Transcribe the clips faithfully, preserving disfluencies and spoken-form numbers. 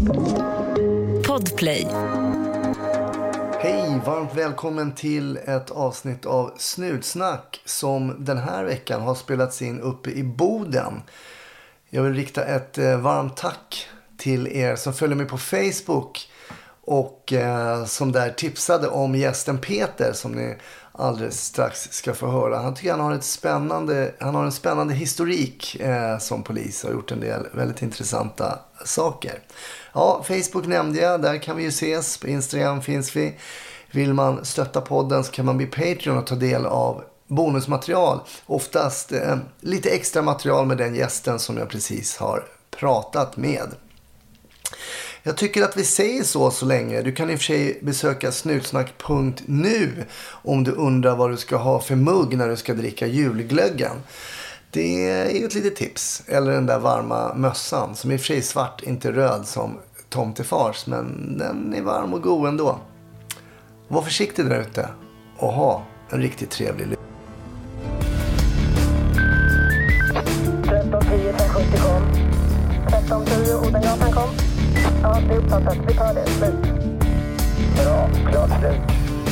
Podplay. Hej, varmt välkommen till ett avsnitt av Snutsnack som den här veckan har spelats in uppe i Boden. Jag vill rikta ett eh, varmt tack till er som följer mig på Facebook och eh, som där tipsade om gästen Peter som ni alldeles strax ska få höra. Han tycker han har, ett spännande, han har en spännande historik eh, som polis och har gjort en del väldigt intressanta saker. Ja, Facebook nämnde jag, där kan vi ju ses. På Instagram finns vi. Vill man stötta podden så kan man bli Patreon och ta del av bonusmaterial. Oftast eh, lite extra material med den gästen som jag precis har pratat med. Jag tycker att vi säger så så länge. Du kan i och för sig besöka snutsnack punkt nu om du undrar vad du ska ha för mugg när du ska dricka julglöggen. Det är ett litet tips. Eller den där varma mössan som i och för sig är svart, inte röd som tomtefars. Men den är varm och god ändå. Var försiktig där ute och ha en riktigt trevlig lycka. tretton tio fem sjuttio kom. tretton tio Odengatan kom. Ja, det är uppfattat. Vi tar det. Slut. Bra. Klart slut.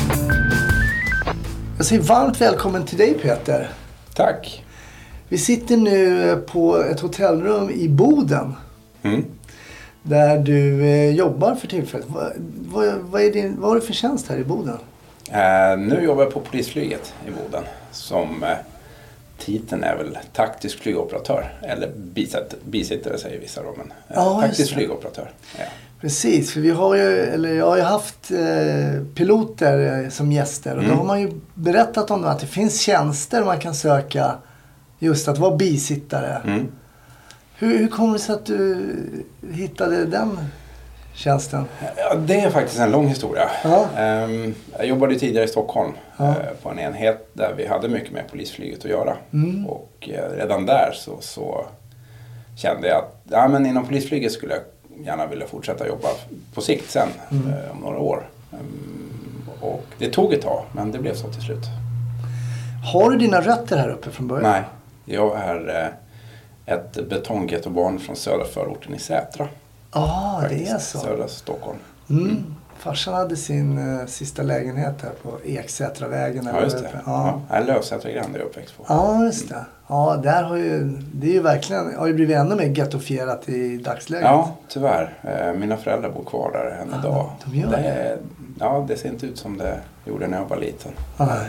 Jag säger varmt välkommen till dig, Peter. Tack. Vi sitter nu på ett hotellrum i Boden. Mm. Där du eh, jobbar för tillfället. Vad, vad, vad, är din, vad har du för tjänst här i Boden? Uh, nu jobbar jag på polisflyget i Boden. Som uh, titeln är väl taktisk flygoperatör. Eller bisitt, bisittare säger vissa då. Men, uh, ja, taktisk flygoperatör. Ja. Precis, för vi har ju, eller jag har ju haft eh, piloter eh, som gäster. Och mm. då har man ju berättat om det, att det finns tjänster man kan söka just att vara bisittare. Mm. Hur, hur kommer det sig att du hittade den tjänsten? Ja, det är faktiskt en lång historia. Ja. Um, jag jobbade tidigare i Stockholm ja. uh, på en enhet där vi hade mycket med polisflyget att göra. Mm. Och uh, redan där så, så kände jag att ja, men inom polisflyget skulle jag gärna vilja fortsätta jobba på sikt sen, mm. uh, om några år. Um, och det tog ett tag, men det blev så till slut. Har du dina rötter här uppe från början? Nej, jag är uh, ett betonggettobarn från södra förorten i Sätra. Ja, ah, det är så. Södra Stockholm. Mm. Mm. Farsan hade sin uh, sista lägenhet här på Eksätravägen. Ja, just det. Ja. Ja, Lövsätra Grand är jag uppväxt på. Ja, just det. Mm. Ja, där har ju, det är ju verkligen, har ju blivit ännu mer gettofierat i dagsläget. Ja, tyvärr. Mina föräldrar bor kvar där än ja, idag. De gör det. det. Ja, det ser inte ut som det gjorde när jag var liten. Nej.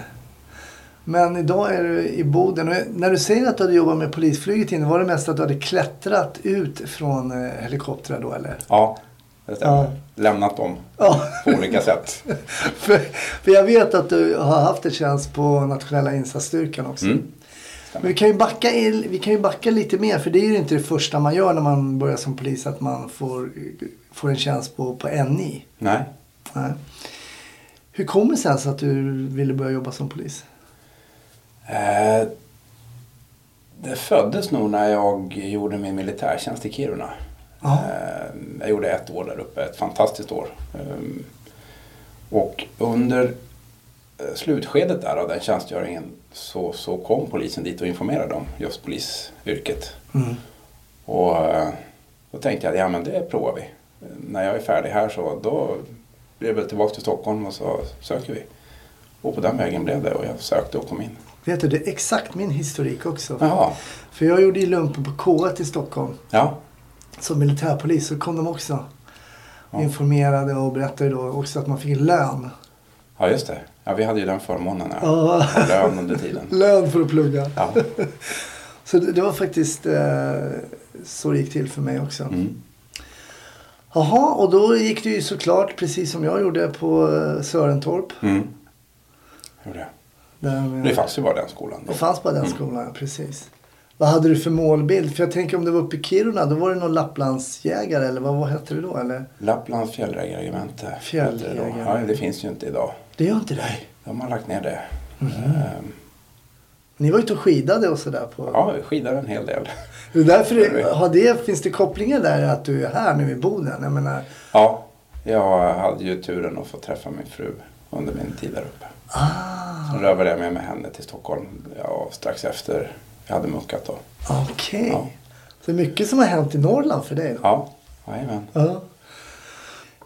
Men idag är du i Boden. Och när du säger att du hade jobbat med polisflyget innan, var det mest att du hade klättrat ut från eh, helikoptrar då, eller? Ja, det stämmer. Ja. Lämnat dem ja. på olika sätt. för, för jag vet att du har haft en tjänst på nationella insatsstyrkan också. Mm. Men vi kan, ju backa in, vi kan ju backa lite mer, för det är ju inte det första man gör när man börjar som polis, att man får, får en tjänst på, på N I. Nej. Nej. Hur kommer det sig alltså att du ville börja jobba som polis? Eh, det föddes nog när jag gjorde min militärtjänst i Kiruna. Eh, jag gjorde ett år där uppe, ett fantastiskt år. Eh, och under slutskedet där av den tjänstgöringen så, så kom polisen dit och informerade om just polisyrket. Mm. Och eh, då tänkte jag, ja men det provar vi. När jag är färdig här så då blir jag tillbaka till Stockholm och så söker vi. Och på den vägen blev det och jag sökte och kom in. Vet du, det är exakt min historik också. Jaha. För jag gjorde ju lumpen på K ett i Stockholm. Ja. Som militärpolis så kom de också ja. informerade och berättade då också att man fick lön. Ja, just det. Ja, vi hade ju den förmånen. Ja. Ja. Lön under tiden. Lön för att plugga. Ja. Så det, det var faktiskt eh, så det gick till för mig också. Mm. Jaha, och då gick det ju såklart precis som jag gjorde på Sörentorp. Mm. Gjorde jag. Med, det fanns ju bara den skolan. Då. Det fanns bara den mm. skolan, ja, precis. Vad hade du för målbild? För jag tänker om det var uppe i Kiruna, då var det någon Lapplandsjägare, eller vad, vad hette det då? Eller? Lapplands fjällrägaregemente. Fjällrägare. Ja, det finns ju inte idag. Det gör inte det? Nej, de har lagt ner det. Mm. Um, Ni var ute och skidade och sådär på... Ja, vi skidade en hel del. Det därför det, har det, finns det kopplingar där att du är här nu i Boden? Jag menar... Ja, jag hade ju turen att få träffa min fru under min tid där uppe. Ah. Så rövade jag med mig henne till Stockholm ja, strax efter jag hade muckat då. Okej. Okay. Ja. Så mycket som har hänt i Norrland för dig då? Ja, jajamän. Ja.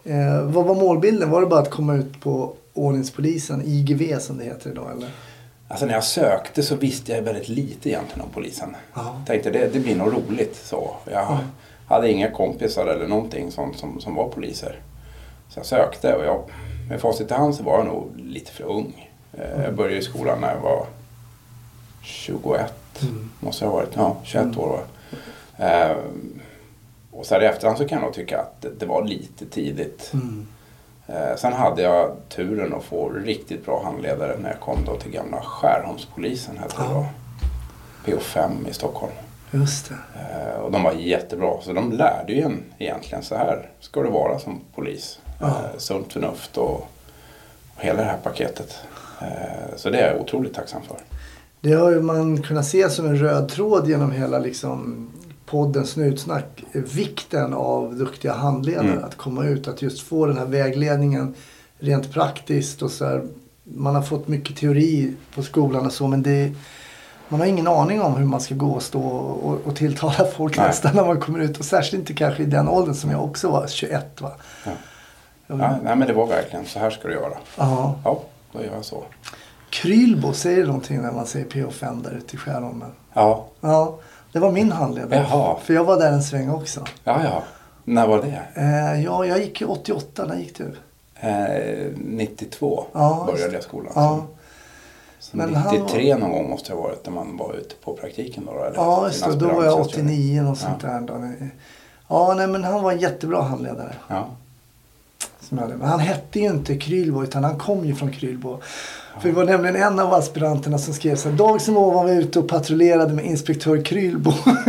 Eh, vad var målbilden? Var det bara att komma ut på ordningspolisen, I G V som det heter idag eller? Alltså när jag sökte så visste jag väldigt lite egentligen om polisen. Ja. Jag tänkte det, det blir nog roligt så. Jag Ja. hade inga kompisar eller någonting sånt som, som var poliser. Så jag sökte och jag, med facit i hand så var jag nog lite för ung. Eh, Jag började i skolan när jag var tjugoett. Mm. Måste jag ha varit, ja, tjugoett år. Eh, och så här i efterhand så kan jag nog tycka att det, det var lite tidigt. Mm. Eh, sen hade jag turen att få riktigt bra handledare när jag kom då till gamla Skärholmspolisen, hette det då. P O fem i Stockholm. Just det. Eh, och de var jättebra, så de lärde ju en egentligen så här ska det vara som polis. Ja. Eh, sunt förnuft och, och hela det här paketet. Eh, så det är jag otroligt tacksam för. Det har ju man kunnat se som en röd tråd genom hela liksom podden Snutsnack. Vikten av duktiga handledare. Mm. Att komma ut, att just få den här vägledningen rent praktiskt. Och så här, man har fått mycket teori på skolan och så, men det, man har ingen aning om hur man ska gå och stå och, och tilltala folk Nej. nästan när man kommer ut. Och särskilt inte kanske i den åldern som jag också var, tjugoett va. Ja. Jag- Ja, nej men det var verkligen, så här ska du göra. Ja. Ja, då gör jag så. Krylbo, säger det någonting när man säger P O fem där ute i Skärholmen? Ja, Ja, det var min handledare. Jaha. För jag var där en sväng också. ja, ja. När var det? Eh, ja, jag gick ju åttioåtta. När gick du? Eh, nittiotvå Ja, började just- jag skolan. Ja, Så Men han nittiotre någon gång måste jag ha varit när man var ute på praktiken då. Eller ja just det. sin Då var jag aspiranttjänstgöring. åttionio och sånt Ja. där. Då. Ja, nej, men han var en jättebra handledare. Ja. Som jag hade. Men han hette ju inte Krylbo utan han kom ju från Krylbo. För det var nämligen en av aspiranterna som skrev så här: dag som år var vi ute och patrullerade med inspektör Krylbo.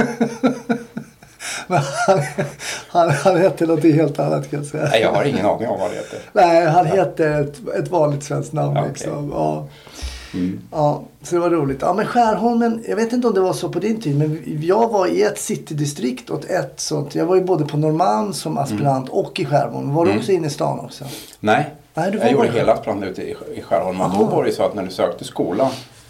Men han, han, han hette något helt annat kan jag säga. Nej, jag har ingen aning om vad det heter. Nej, han hette ett, ett vanligt svenskt namn. Ja, okej. Liksom. Ja. Mm. Ja, så det var roligt. Ja, men Skärholmen, jag vet inte om det var så på din tid, men jag var i ett citydistrikt och ett sånt. Jag var ju både på Norrmalm som aspirant och i Skärholmen. Var du Mm. också inne i stan också? Nej, Nej, du var jag gjorde bara- hela aspiranten ute i, i Skärholm. Och Aha. då var det så att när du sökte skola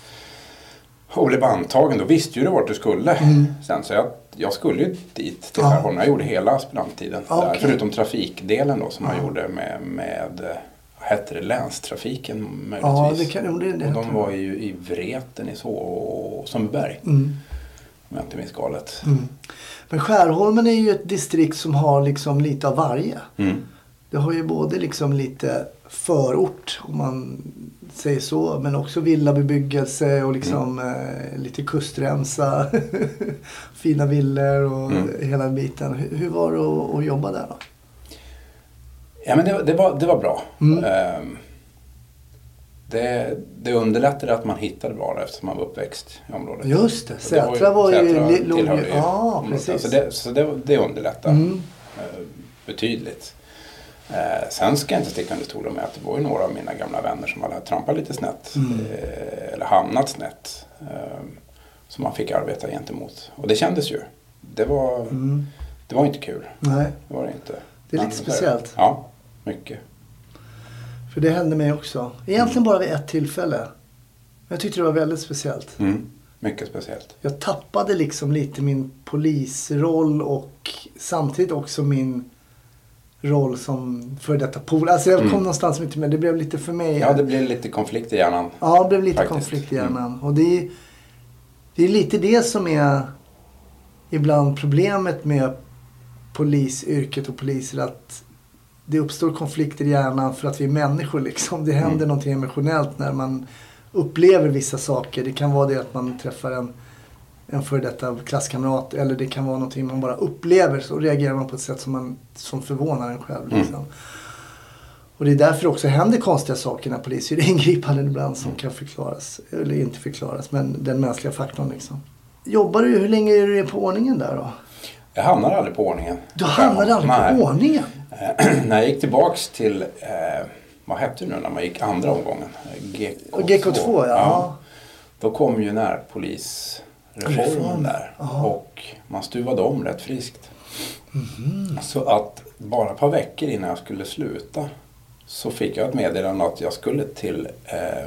och blev antagen, då visste ju du vart du skulle. Mm. Sen så jag, jag skulle ju dit till Ja. Skärholm. Jag gjorde hela aspiranttiden. Ja, där, okej. förutom trafikdelen då som Ja. jag gjorde med, med eh, vad hette det, länstrafiken möjligtvis. Ja, det kan jo, det, det och de heter var det. ju i Vreten i så och Sundbyberg. Mm. Om jag inte minns galet. Mm. Men Skärholmen är ju ett distrikt som har liksom lite av varje. Mm. Det har ju både liksom lite förort om man säger så, men också villabebyggelse och liksom eh, lite kustremsa, fina villor och Mm. hela biten. Hur, hur var det att, att jobba där då? Ja, men det, det, var, det var bra. Mm. Ehm, det, det underlättade att man hittade bra där eftersom man var uppväxt i området. Just det, Och det Sätra var ju... Sätra li- låg ju- tillhörde ju Ja, området. precis. Så det, så det, det underlättade Mm. eh, betydligt. Eh, sen ska jag inte sticka under stolen med att det var ju några av mina gamla vänner som hade trampat lite snett. Mm. Eh, eller hamnat snett. Eh, som man fick arbeta gentemot. Och det kändes ju. Det var, Mm. det var inte kul. Nej, Det var det inte. det är Men lite så- speciellt. Ja, mycket. För det hände mig också. Egentligen bara vid ett tillfälle. Men jag tyckte det var väldigt speciellt. Mm. Mycket speciellt. Jag tappade liksom lite min polisroll och samtidigt också min roll som för detta pol. Alltså jag kom Mm. någonstans mitt med. Det blev lite för mig. Ja, det blir lite konflikt i hjärnan. Ja, det blev lite Faktiskt. konflikt i hjärnan. Och det är, det är lite det som är ibland problemet med polisyrket och poliser. Att det uppstår konflikter i hjärnan för att vi är människor liksom. Det händer Mm. någonting emotionellt när man upplever vissa saker. Det kan vara det att man träffar en, en före detta klasskamrat. Eller det kan vara någonting man bara upplever. Så reagerar man på ett sätt som, man, som förvånar en själv. Liksom. Mm. Och det är därför också händer konstiga saker när poliser är ingripanden ibland som kan förklaras. Eller inte förklaras, men den mänskliga faktorn liksom. Jobbar du, hur länge är du på ordningen där då? Jag hamnade aldrig på ordningen. Du hamnade aldrig Nej. på ordningen? Eh, när jag gick tillbaks till, eh, vad hette det nu när man gick andra omgången? G K två. G K två, ja. ja. Då kom ju närpolisreformen Reform. där. Ja. Och man stuvade om rätt friskt. Mhm. Så att bara ett par veckor innan jag skulle sluta så fick jag ett meddelande att jag skulle till, eh,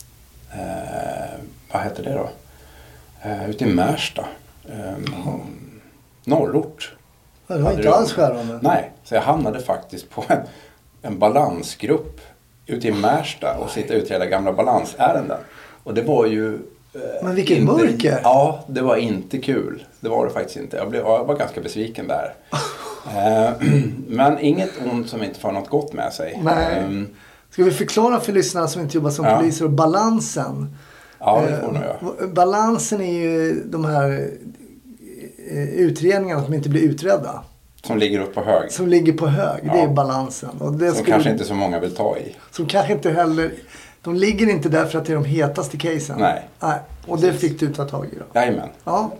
eh, vad heter det då? Eh, ute i Märsta. Eh, norrort. Ja, det var Hade inte du- alls Skärholmen. Nej, Så jag hamnade faktiskt på en, en balansgrupp ute i Märsta och sitta och utreda gamla balansärenden. Och det var ju... Eh, Men vilket inte, mörker! Ja, det var inte kul. Det var det faktiskt inte. Jag, blev, jag var ganska besviken där. eh, men inget ont som inte får något gott med sig. Nej. Eh, Ska vi förklara för lyssnarna som inte jobbar som ja. poliser och balansen? Ja, det får nog jag. Balansen är ju de här utredningarna som inte blir utredda. Som ligger upp på hög. Som ligger på hög, ja. det är balansen. Och det som kanske inte så många vill ta i. Som kanske inte heller... De ligger inte där för att det är de hetaste casen. Nej. Nej. Och det fick du ta tag i då? Jajamän. Ja.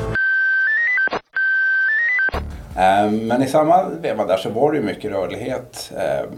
Men i samma veva där så var det ju mycket rörlighet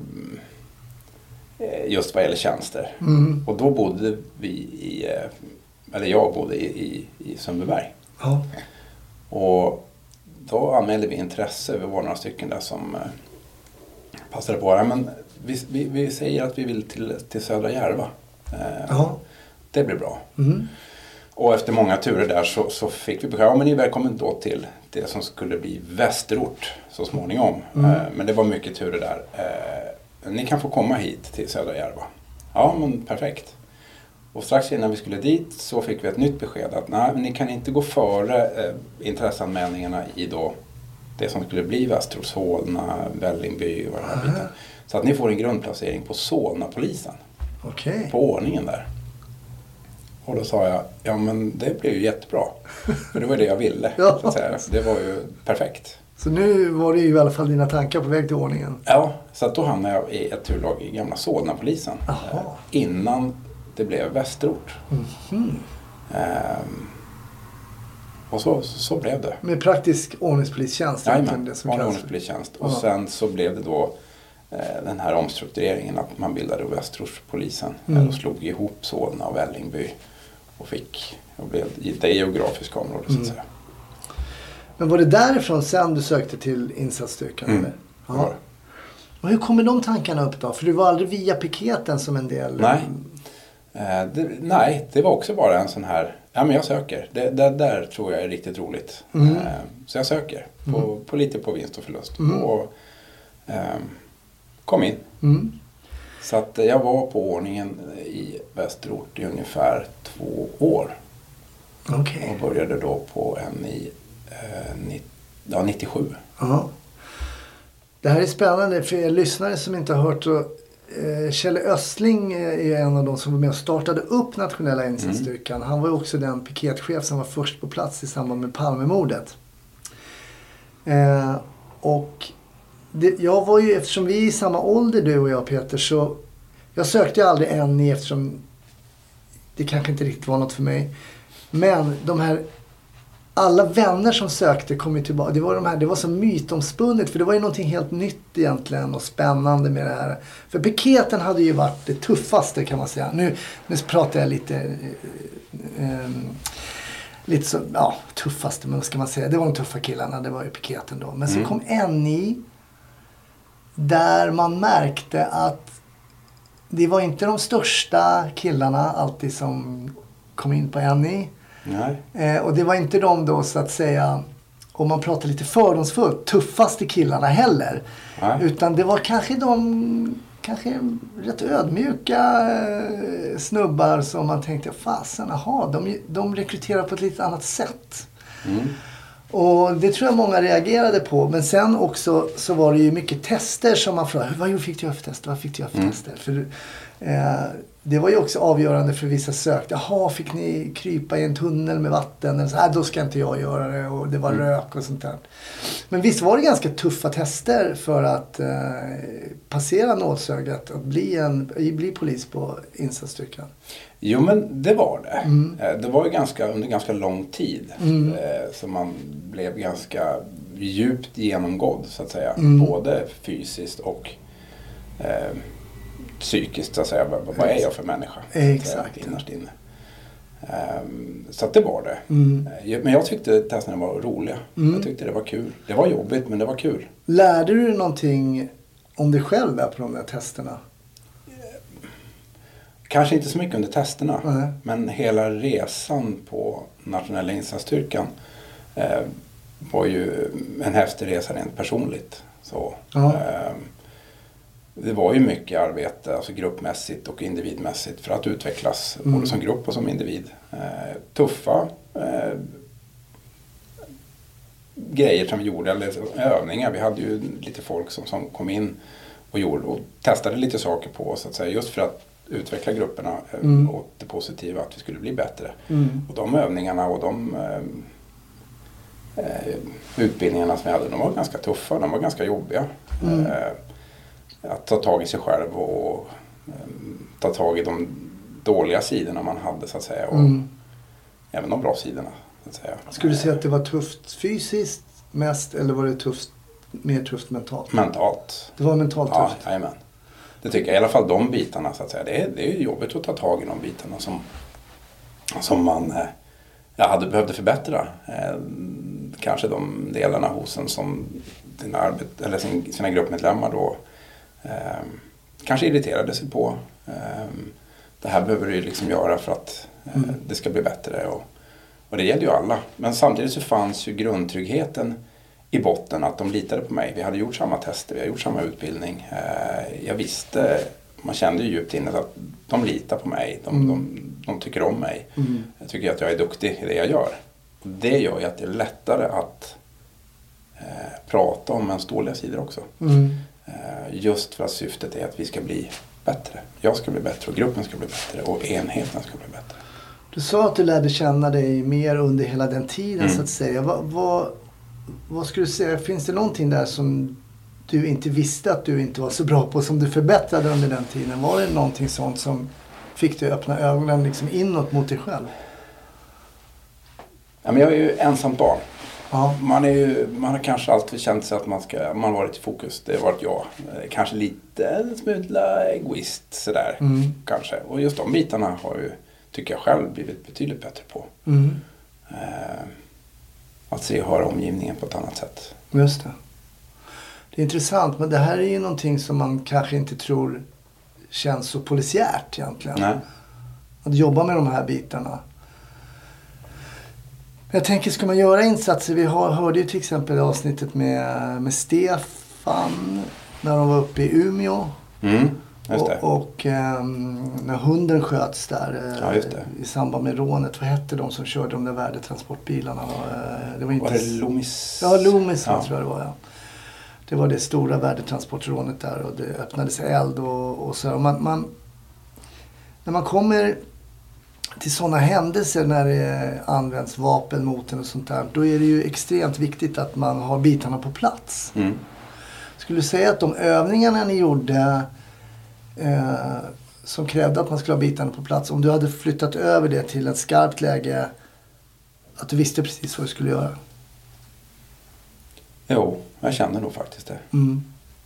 just vad gäller tjänster. Mm. Och då bodde vi i, eller jag bodde i, i, i Sundbyberg. Ja. Och då anmälde vi intresse, vi var några stycken där som passade på det. Men vi, vi, vi säger att vi vill till, till Södra Järva. Ja. Det blir bra. Mm. Och efter många turer där så, så fick vi besked, ja men ni är välkommen då till det som skulle bli Västerort så småningom. Mm. Eh, men det var mycket turer där. Eh, ni kan få komma hit till Södra Järva. Ja men perfekt. Och strax innan vi skulle dit så fick vi ett nytt besked att nej, ni kan inte gå före eh, intresseanmälningarna i då det som skulle bli Västerort, Solna, Vällingby och den här biten. Så att ni får en grundplacering på Solna-polisen. Okej. På ordningen där. Och då sa jag, ja men det blev ju jättebra. För det var det jag ville. Ja. Så att säga. Det var ju perfekt. Så nu var det ju i alla fall dina tankar på väg till ordningen. Ja, så att då hamnade jag i ett turlag i gamla Solna-polisen. Eh, innan det blev Västerort. Mm-hmm. Ehm, och så, så blev det. Med praktisk ordningspolistjänst. Jajamän, det som vanlig kallas. ordningspolistjänst. Och Ja. sen så blev det då eh, den här omstruktureringen att man bildade Västerortspolisen. Mm. Och slog ihop Solna och Vällingby. Och fick, och blev det geografiska området så att Mm. säga. Men var det därifrån sen du sökte till insatsstyrkan? Mm. Eller? Ja. Ja. Och hur kommer de tankarna upp då? För du var aldrig via piketen som en del... Nej. Eh, det, nej, det var också bara en sån här, ja men jag söker. Det, det där tror jag är riktigt roligt. Mm. Eh, så jag söker på, Mm. på lite på vinst och förlust. Mm. Och eh, kom in. Mm. Så att jag var på ordningen i Västerort i ungefär två år. Okej. Och började då på en i eh, nitt, ja, nittiosju. Ja. Det här är spännande för er lyssnare som inte har hört så, eh, Kjell Östling är en av de som var med och startade upp nationella insatsstyrkan. Mm. Han var ju också den piketchef som var först på plats i samband med Palmemordet. Eh, och det, jag var ju, eftersom vi är i samma ålder du och jag Peter, så jag sökte ju aldrig N I eftersom det kanske inte riktigt var något för mig. Men de här alla vänner som sökte kom ju tillbaka. Det var, de här, det var så mytomspunnet för det var ju någonting helt nytt egentligen och spännande med det här. För piketen hade ju varit det tuffaste kan man säga. Nu, nu pratar jag lite eh, eh, lite så, ja tuffaste men vad ska man säga. Det var de tuffa killarna, det var ju piketen då. Men så Mm. kom N I där man märkte att det var inte de största killarna alltid som kom in på N I. Nej. Eh, och det var inte de då så att säga, om man pratar lite fördomsfullt, tuffaste killarna heller. Nej. Utan det var kanske de kanske rätt ödmjuka eh, snubbar som man tänkte, fasen, aha, de, de rekryterar på ett lite annat sätt. Mm. Och det tror jag många reagerade på. Men sen också så var det ju mycket tester som man frågade. Vad fick du göra för tester? Vad fick du göra för Mm. tester? För, eh, det var ju också avgörande för vissa sökte. Jaha, fick ni krypa i en tunnel med vatten? Eller så, äh, då ska inte jag göra det. Och det var Mm. rök och sånt där. Men visst var det ganska tuffa tester för att eh, passera nålsögat. Att bli, en, bli polis på insatsstyrkan. Jo men det var det. Mm. Eh, Det var ju ganska, under ganska lång tid. Mm. Eh, så man blev ganska djupt genomgådd så att säga. Mm. Både fysiskt och eh, psykiskt så att säga. Vad, vad är jag för människa? Så att säga, Exakt. innerst inne. Um, så att det var det. Mm. Eh, Men jag tyckte testerna var roliga. Mm. Jag tyckte det var kul. Det var jobbigt men det var kul. Lärde du dig någonting om dig själv där på de där testerna? Kanske inte så mycket under testerna. Nej. Men hela resan på nationella insatsstyrkan eh, var ju en häftig resa rent personligt. Så. Ja. Eh, det var ju mycket arbete, alltså gruppmässigt och individmässigt för att utvecklas Mm. både som grupp och som individ. Eh, tuffa eh, grejer som vi gjorde, eller övningar. Vi hade ju lite folk som, som kom in och gjorde och testade lite saker på oss, så att säga, just för att utveckla grupperna eh, Mm. och det positiva, att vi skulle bli bättre. Mm. Och de övningarna och de eh, eh, utbildningarna som vi hade, de var ganska tuffa, de var ganska jobbiga. Mm. Eh, att ta tag i sig själv och eh, ta tag i de dåliga sidorna man hade, så att säga, och Mm. även de bra sidorna, så att säga. Skulle du säga att det var tufft fysiskt mest, eller var det tufft, mer tufft mentalt? Mentalt. Det var mentalt Ja, tufft. jajamän. Det tycker jag. I alla fall de bitarna, så att säga. Det är, det är ju jobbigt att ta tag i de bitarna som, som man eh, jag hade behövt förbättra. Eh, kanske de delarna hos en som sina, arbet, eller sin, sina gruppmedlemmar då eh, kanske irriterade sig på. Eh, det här behöver du ju liksom göra för att eh, Mm. det ska bli bättre. Och, och det gällde ju alla. Men samtidigt så fanns ju grundtryggheten i botten, att de litade på mig. Vi hade gjort samma tester, vi hade gjort samma utbildning. Eh, jag visste, man kände ju djupt inne att de litar på mig. De, Mm. de, de tycker om mig. Mm. Jag tycker att jag är duktig i det jag gör. Och det gör ju att det är lättare att eh, prata om ens dåliga sidor också. Mm. Eh, just för att syftet är att vi ska bli bättre. Jag ska bli bättre och gruppen ska bli bättre och enheten ska bli bättre. Du sa att du lärde känna dig mer under hela den tiden, Mm. så att säga. Vad, vad, vad skulle du säga? Finns det någonting där som du inte visste att du inte var så bra på, som du förbättrade under den tiden? Var det någonting sånt som fick dig öppna ögonen liksom inåt mot dig själv? Ja, men jag är ju ensamt barn. Ja. Man, är ju, man har kanske alltid känt sig att man, ska, man har varit i fokus. Det har varit jag. Eh, Kanske lite en smula egoist sådär. Mm. Kanske. Och just de bitarna har ju, tycker jag själv, blivit betydligt bättre på. Mm. Eh, att se och höra omgivningen på ett annat sätt. Just det. Det är intressant, men det här är ju någonting som man kanske inte tror känns så polisiärt egentligen. Nej. Att jobba med de här bitarna. Jag tänker, ska man göra insatser? Vi har, hörde ju till exempel avsnittet med, med Stefan när de var uppe i Umeå. Mm, just det. Och, och ehm, när hunden sköts där eh, Ja, just det. i samband med rånet. Vad hette de som körde de där värdetransportbilarna? Eh, det var inte... Var det Loomis? Ja, Loomis Ja. tror jag det var, ja. Det var det stora värdetransportrånet där och det öppnades eld och, och så. Och man, man, när man kommer till sådana händelser när det används vapen mot en och sånt där, då är det ju extremt viktigt att man har bitarna på plats. Mm. Skulle du säga att de övningarna ni gjorde eh, som krävde att man skulle ha bitarna på plats, om du hade flyttat över det till ett skarpt läge, att du visste precis vad du skulle göra? Jo, jag känner nog faktiskt det. Mm.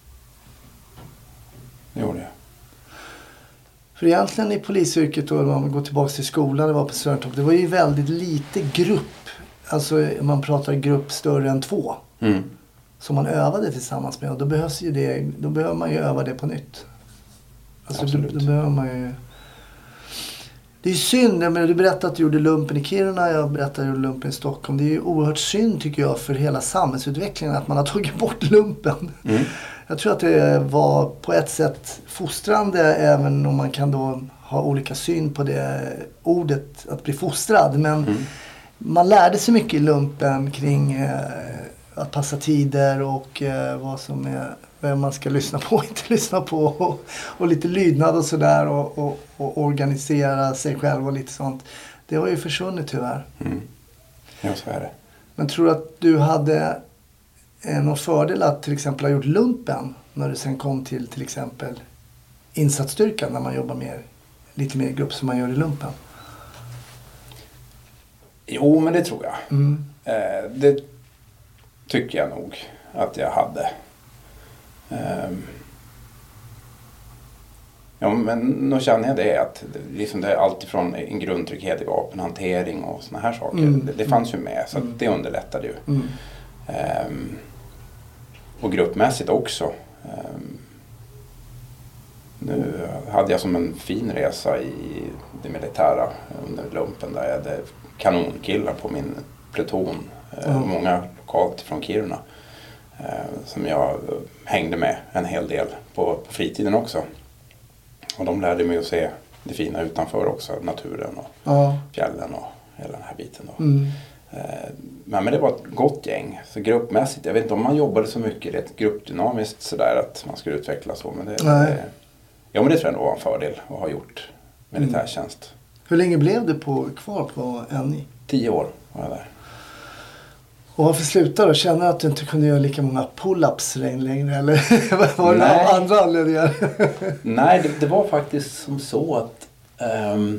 Det gjorde jag. För egentligen i polisyrket, då, om man går tillbaka till skolan, det var på Sörentorp, det var ju väldigt lite grupp. Alltså man pratar grupp större än två. Mm. Som man övade tillsammans med. Och då behövs ju det, då behöver man ju öva det på nytt. Alltså då, Absolut. då behöver man ju... Det är ju synd, men du berättade att du gjorde lumpen i Kiruna, jag berättade att du gjorde lumpen i Stockholm. Det är ju oerhört synd tycker jag för hela samhällsutvecklingen att man har tagit bort lumpen. Mm. Jag tror att det var på ett sätt fostrande, även om man kan då ha olika syn på det ordet, att bli fostrad. Men Mm. man lärde sig mycket i lumpen kring eh, att passa tider och eh, vad som är, vem man ska lyssna på och inte lyssna på. Och, och lite lydnad och sådär och, och, och organisera sig själv och lite sånt. Det har ju försvunnit tyvärr. Mm. Ja, så är det. Men tror du att du hade eh, någon fördel att till exempel ha gjort lumpen när du sen kom till till exempel insatsstyrkan när man jobbar mer, lite mer i grupp som man gör i lumpen? Jo, men det tror jag. Mm. Eh, det tycker jag nog att jag hade. Ehm. Ja, men nu känner jag det att det, liksom det är alltifrån en grundtrygghet i vapenhantering och såna här saker. Mm. Det, det fanns ju med, så att det underlättade ju. Mm. Ehm. Och gruppmässigt också. Ehm. Nu hade jag som en fin resa i det militära under lumpen där jag hade kanonkillar på min pluton. Mm. Många lokalt från Kiruna. eh, som jag hängde med en hel del på, på fritiden också. Och de lärde mig att se det fina utanför också, naturen och ja. fjällen och hela den här biten då. Mm. Eh, men, men det var ett gott gäng, så gruppmässigt, jag vet inte om man jobbade så mycket, det är ett gruppdynamiskt sådär att man skulle utveckla så, men det, Nej. det, ja, men det tror jag nog var en fördel att ha gjort militärtjänst. Mm. Hur länge blev du på, kvar på N I? Tio år var jag där. Och varför slutade du? Känner att du inte kunde göra lika många pull-ups längre? Eller var det Nej. andra anledningar? Nej, det, det var faktiskt som så att um,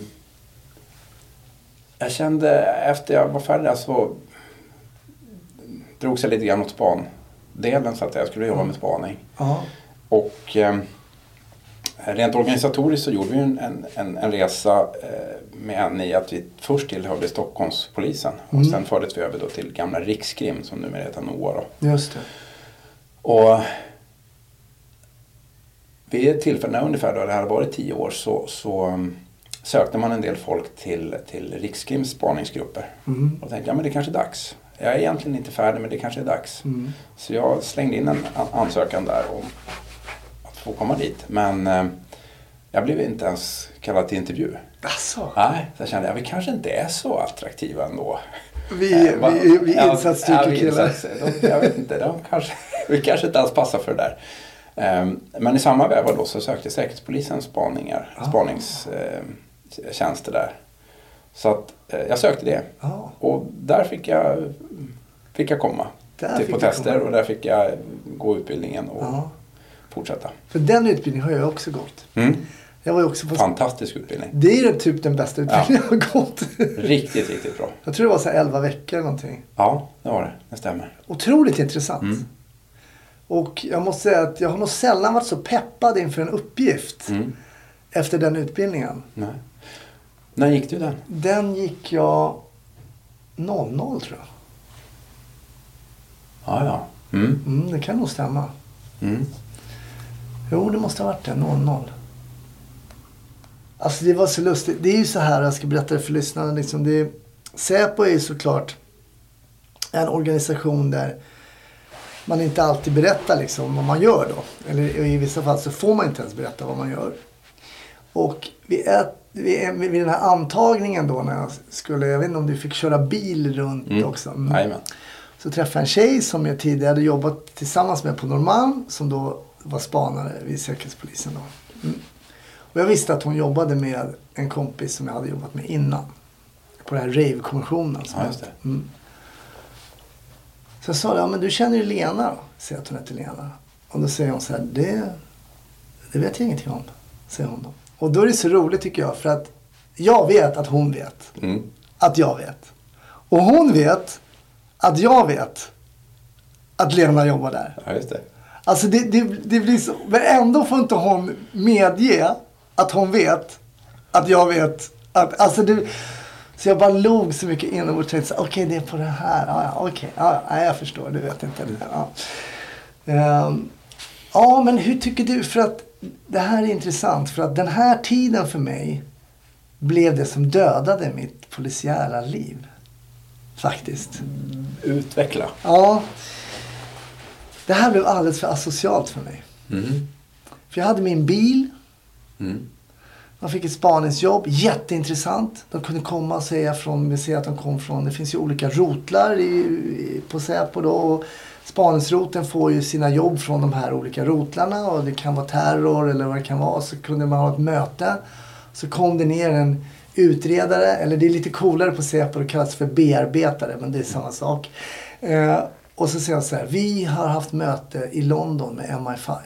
jag kände efter jag var färdig så drog sig lite grann mot spandelen så att jag skulle jobba med spaning. Ja. Och um, rent organisatoriskt så gjorde vi en, en, en, en resa eh, med N I att vi först tillhörde Stockholmspolisen och Mm. sen fördes vi över då till gamla Rikskrim som numera heter N O A då. Just det. Och vid ett tillfälle ungefär då det hade varit tio år så, så um, sökte man en del folk till, till Rikskrims spaningsgrupper. Mm. Och tänkte, ja men det kanske är dags. Jag är egentligen inte färdig men det kanske är dags. Mm. Så jag slängde in en ansökan där om att få komma dit. Men eh, jag blev inte ens kallad till intervju. Asså. Nej, så jag kände att vi kanske inte är så attraktiva ändå. Vi, Eh, va- vi, vi ja, insatsstyrkekillar. ja, vi insats- de- Jag vet inte, de kanske, vi kanske inte alls passar för det där. Um, men i samma veva då så sökte Säkerhetspolisen spaningar, Ah. spaningstjänster där. Så att eh, jag sökte det. Ja. Och där fick jag, fick jag komma Där till fick på du tester komma. och där fick jag gå utbildningen och Ja. fortsätta. För den utbildningen har jag också gått. Mm. Jag var ju också på... Fantastisk utbildning. Det är typ den bästa utbildningen jag har gått. Riktigt, riktigt bra. Jag tror det var så här elva veckor eller någonting. Ja, det var det. Det stämmer. Otroligt intressant. Mm. Och jag måste säga att jag har nog sällan varit så peppad inför en uppgift Mm. efter den utbildningen. Nej. När gick du den? Den gick jag noll noll tror jag. Ja, ja. Mm. Mm, det kan nog stämma. Mm. Jo, det måste ha varit det. noll noll. Alltså det var så lustigt. Det är ju så här, jag ska berätta det för lyssnarna. Liksom, det är, Säpo är ju såklart en organisation där man inte alltid berättar liksom vad man gör då. Eller i vissa fall så får man inte ens berätta vad man gör. Och vid, ett, vid, vid den här antagningen då när jag skulle, jag vet inte om du fick köra bil runt Mm. också. Mm. Jajamän. Så träffade jag en tjej som jag tidigare hade jobbat tillsammans med på Norrmalm som då var spanare vid Säkerhetspolisen då. Mm. Och jag visste att hon jobbade med en kompis som jag hade jobbat med innan. På den här rave-kommissionen. som Ja, just det. hette. Mm. Så jag sa, ja men du känner ju Lena då? Säger att hon heter Lena. Och då säger hon så här, det, det vet jag ingenting om. Säger hon då. Och då är det så roligt tycker jag. För att jag vet att hon vet. Mm. Att jag vet. Och hon vet att jag vet att Lena jobbar där. Ja, just det. Alltså det, det, det blir så. Men ändå får inte hon medge att hon vet att jag vet. Att, alltså det, så jag bara log så mycket inombords och tänkte okej okay, det är på det här. Ja, ja, okej. Okay. Ja, ja, jag förstår. Du vet inte. Ja. Um, ja, men hur tycker du? För att det här är intressant. För att den här tiden för mig blev det som dödade mitt polisiära liv. Faktiskt. Utveckla. Ja. Det här blev alldeles för asocialt för mig. Mm. För jag hade min bil. Mm. Man fick ett spaningsjobb. Jätteintressant. De kunde komma och säga från, vi ser att de kom från, det finns ju olika rotlar i, i, på Säpo då. Och spaningsroten får ju sina jobb från de här olika rotlarna. Och det kan vara terror eller vad det kan vara. Så kunde man ha ett möte. Så kom det ner en utredare. Eller det är lite coolare på Säpo. Det kallas för bearbetare. Men det är samma sak. Eh, och så säger jag så här. Vi har haft möte i London med M I fem.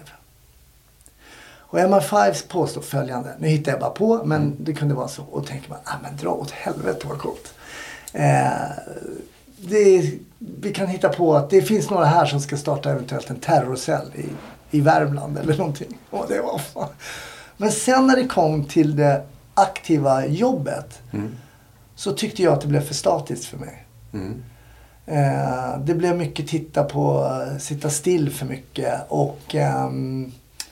Och M I fem påstår följande. Nu hittar jag bara på, men det kunde vara så. Och tänker man, ah, men dra åt helvete vad coolt. Eh, det, vi kan hitta på att det finns några här som ska starta eventuellt en terrorcell i, i Värmland eller någonting. Och det var fan. Men sen när det kom till det aktiva jobbet Mm. så tyckte jag att det blev för statiskt för mig. Mm. Eh, det blev mycket titta på, sitta still för mycket. Och ehm,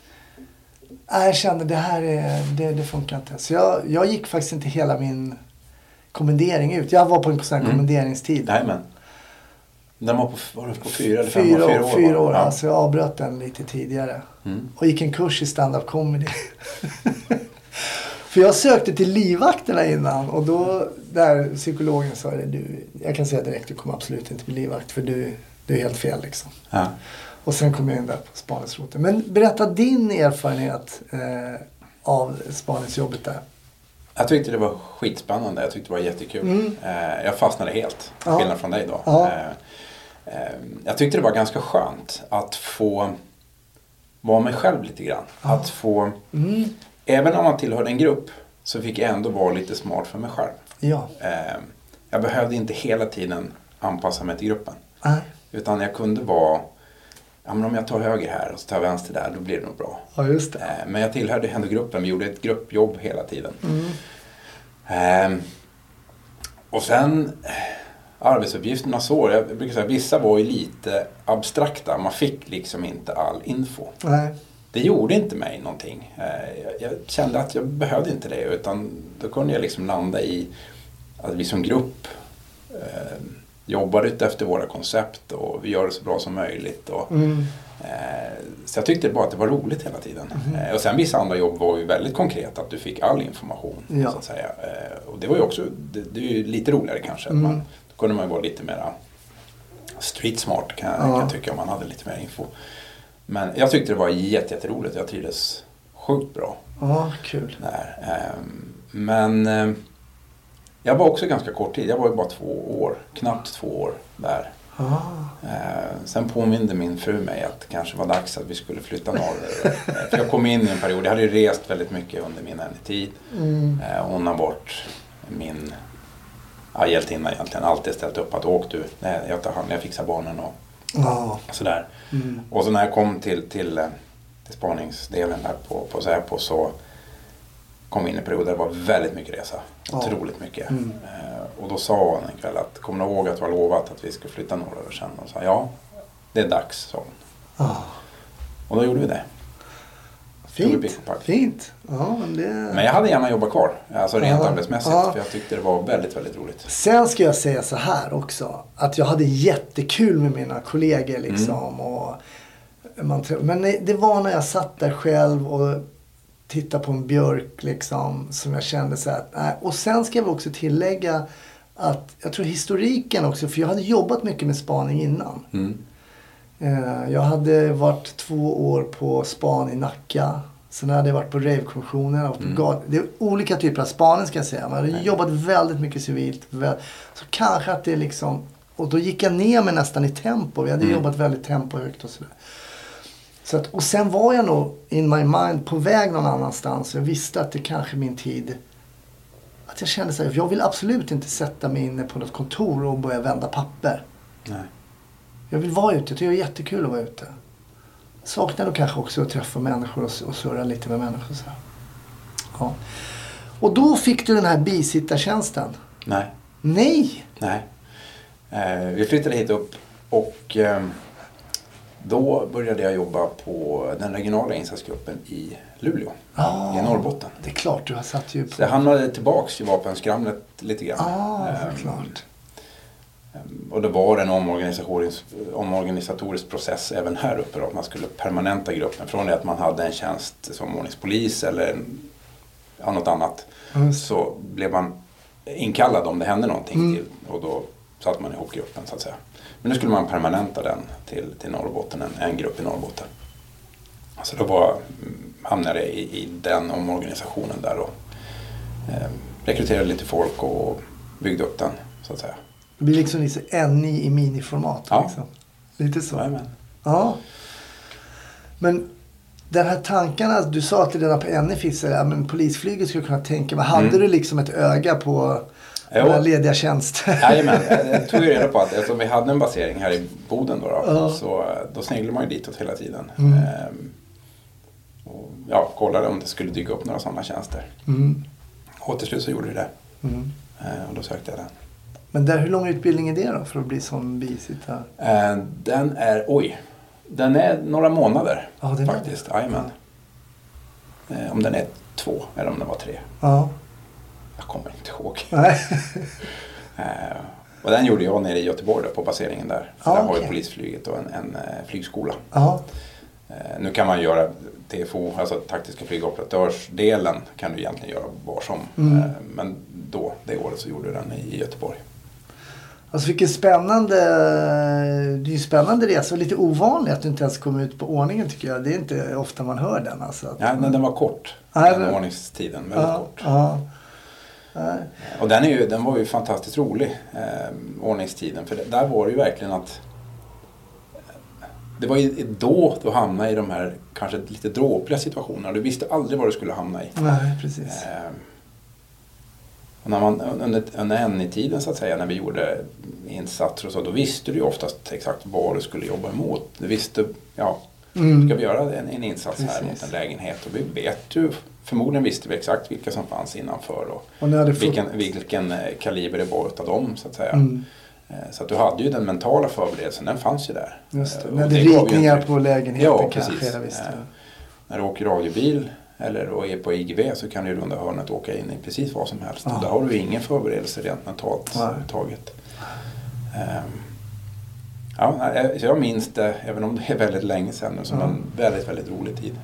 jag kände det här är, det, det funkar inte. Så jag, jag gick faktiskt inte hela min kommendering ut. Jag var på en sån här Mm. kommenderingstid. Jajamän. Den var på, var på fyra eller fem fyra, fyra år. Fyra år, ja. alltså jag avbröt den lite tidigare. Mm. Och gick en kurs i stand-up comedy. För jag sökte till livvakterna innan. Och då, där psykologen sa det, du, jag kan säga direkt, du kommer absolut inte bli livvakt. För du, du är helt fel liksom. Ja. Och sen kom jag in där på spaningsroten. Men berätta din erfarenhet eh, av spaningsjobbet där. Jag tyckte det var skitspännande. Jag tyckte det var jättekul. Mm. Eh, jag fastnade helt. Ja. Skillnad från dig då. Ja. Eh, eh, jag tyckte det var ganska skönt att få vara mig själv lite grann. Ja. Att få, Mm. även om man tillhörde en grupp, så fick jag ändå vara lite smart för mig själv. Ja. Eh, jag behövde inte hela tiden anpassa mig till gruppen. Nej. Utan jag kunde vara, ja, men om jag tar höger här och så tar jag vänster där, då blir det nog bra. Ja, just det. Eh, men jag tillhörde ändå gruppen, vi gjorde ett gruppjobb hela tiden. Mm. Eh, och sen eh, arbetsuppgifterna så, jag brukar säga, vissa var ju lite abstrakta, man fick liksom inte all info. Nej. Det gjorde inte mig någonting. Eh, jag, jag kände att jag behövde inte det, utan då kunde jag liksom landa i att vi som grupp eh, jobbar ut efter våra koncept och vi gör det så bra som möjligt. Och, Mm. eh, så jag tyckte bara att det var roligt hela tiden. Mm. Eh, och sen vissa andra jobb var ju väldigt konkret, att du fick all information. Ja. Så att säga. Eh, och det var ju också, det, det är ju lite roligare kanske. Mm. Att man, då kunde man ju vara lite mer street smart kan, Ja. kan jag tycka, om man hade lite mer info. Men jag tyckte det var jätte, jätteroligt. Jag trivdes sjukt bra Ja, kul. där. Eh, men eh, jag var också ganska kort tid. Jag var ju bara två år, knappt två år där. Ah. Eh, sen påminde min fru mig att det kanske var dags att vi skulle flytta norröver. eh, för jag kom in i en period, jag hade ju rest väldigt mycket under min tid. Mm. Eh, hon har varit min ja, hjältinna egentligen, alltid ställt upp att åk du, nej, jag tar hand, jag fixar barnen och Ja. sådär. Mm. Och så när jag kom till, till, till spaningsdelen där på, på Säpo, så kom vi in i perioder där det var väldigt mycket resa. Ja. Otroligt mycket. Mm. Eh, och då sa hon en kväll att, kommer du ihåg att du har lovat att vi ska flytta norröver sen? Och sa ja, det är dags, sa hon. Ah. Och då gjorde vi det. Tog vi Fint. pick och pack. Fint. Ja, men det... Men jag hade gärna jobbat kvar, alltså rent Ja. arbetsmässigt, Ja. för jag tyckte det var väldigt, väldigt roligt. Sen ska jag säga så här också. Att jag hade jättekul med mina kollegor liksom. Mm. Och man, trä- men det var när jag satt där själv och tittade på en björk liksom. Som jag kände så här. att, nej. Och sen ska jag också tillägga att jag tror historiken också. För jag hade jobbat mycket med spaning innan. Mm. Eh, Jag hade varit två år på span i Nacka. Sen hade jag varit på rave-kommissionen. Jag var på Mm. gat- Det är olika typer av spaning ska jag säga. Man hade Nej. jobbat väldigt mycket civilt. Väl- Så kanske att det är liksom... Och då gick jag ner mig nästan i tempo. Vi hade Mm. jobbat väldigt tempohögt och sådär. Så att, och sen var jag nog in my mind på väg någon annanstans. Jag visste att det kanske är min tid. Att jag kände så här, jag vill absolut inte sätta mig inne på något kontor och börja vända papper. Nej. Jag vill vara ute. Jag tycker det är jättekul att vara ute. Saknar då kanske också att träffa människor och, och surra lite med människor. Så här. Ja. Och då fick du den här bisittartjänsten. Nej. Nej! Nej. Eh, vi flyttade hit upp och eh, då började jag jobba på den regionala insatsgruppen i Luleå, Ah. i Norrbotten. Det är klart, du har satt ju på... Så jag hamnade tillbaks i vapenskramlet lite grann. Ja, Eh, såklart. Och det var en omorganisatorisk, omorganisatorisk process även här uppe då, att man skulle permanenta gruppen. Från det att man hade en tjänst som ordningspolis eller ja, något annat, Just. så blev man inkallad om det hände någonting Mm. till, och då satte man ihop gruppen så att säga. Men nu skulle man permanenta den till, till Norrbotten, en, en grupp i Norrbotten. Så då var, hamnade jag i, i den omorganisationen där och eh, rekryterade lite folk och byggde upp den så att säga. Det blir liksom lite N I i miniformat. Ja. Liksom. Lite så. Jajamän. Ja. Men den här tankarna, du sa att det redan på N I finns det, ja, men polisflyget skulle kunna tänka, men hade Mm. du liksom ett öga på Jo. den här lediga tjänster? Jajamän, jag, jag tog ju reda på att eftersom vi hade en basering här i Boden då, då Ja. så då sneglade man ju ditåt hela tiden. Mm. Ehm, och, ja, kollade om det skulle dyka upp några sådana tjänster. Mm. Och till slut så gjorde det det. Mm. Ehm, och då sökte jag den. Men där, hur lång utbildning är det då för att bli som bisittare? Ehm, den är, oj, den är några månader Ja, det är faktiskt. Jajamän. Ehm, om den är två eller om den var tre. Ja. Jag kommer inte ihåg. Nej. Ehm, Och den gjorde jag nere i Göteborg då, på baseringen där. För Ah, där har okay. ju polisflyget och en, en flygskola. Ja. Eh, nu kan man göra T F O, alltså taktiska flygoperatörsdelen kan du egentligen göra var som. Mm. Eh, men då, det året så gjorde du den i, i Göteborg. Alltså vilken spännande, det är ju spännande resa och lite ovanligt att du inte ens kom ut på ordningen tycker jag. Det är inte ofta man hör den. Alltså, att, Ja, men den var kort, Nej, den men, ordningstiden, väldigt ja, kort. Ja. Nej. Och den, är ju, den var ju fantastiskt rolig, eh, ordningstiden. För det, där var det ju verkligen att det var ju då du hamnade i de här kanske lite dråpliga situationerna. Du visste aldrig vad du skulle hamna i. Nej, precis. Eh, och när man, under, under N I-tiden så att säga, när vi gjorde insatser och så, då visste du ju oftast exakt vad du skulle jobba emot. Du visste, ja, Mm. ska vi göra en, en insats här Precis. mot en lägenhet? Och vi vet ju, förmodligen visste vi exakt vilka som fanns innanför och, Och ni hade fått... vilken, vilken kaliber det var utav dem så att säga. Mm. Så att du hade ju den mentala förberedelsen, den fanns ju där. Just det. Och Ni hade det gav ju ritningar en- på lägenheten Ja, kanske. precis. Jag visste. Eh, när du åker radiobil eller är på I G V så kan du ju runda hörnet åka in i precis vad som helst. Ja. Och där har du ingen förberedelse rent mentalt Nej. överhuvudtaget. Um, ja, så jag minns det, även om det är väldigt länge sedan nu, som Ja. en väldigt, väldigt rolig tid.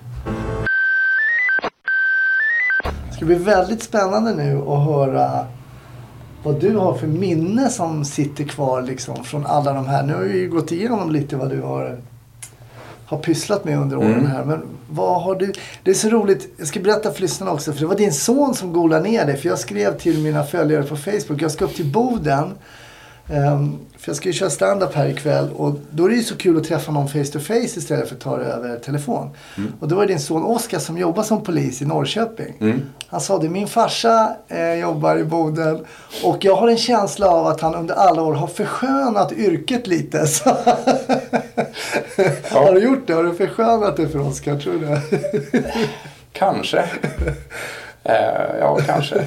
Det ska bli väldigt spännande nu att höra vad du har för minne som sitter kvar liksom från alla de här. Nu har vi ju gått igenom lite vad du har, har pysslat med under åren Mm. här. Men vad har du... Det är så roligt. Jag ska berätta för lyssnarna också. För det var din son som golade ner dig. För jag skrev till mina följare på Facebook. Jag ska upp till Boden. Um, för jag ska ju köra stand-up här ikväll. Och då är det ju så kul att träffa någon face to face istället för att ta det över telefon. Mm. Och då var det din son Oskar som jobbar som polis i Norrköping. Mm. Han sa det, min farsa eh, jobbar i Boden och jag har en känsla av att han under alla år har förskönat yrket lite. Så Ja. Har du gjort det? Har du förskönat det för Oskar, tror du? Kanske. eh, ja, kanske.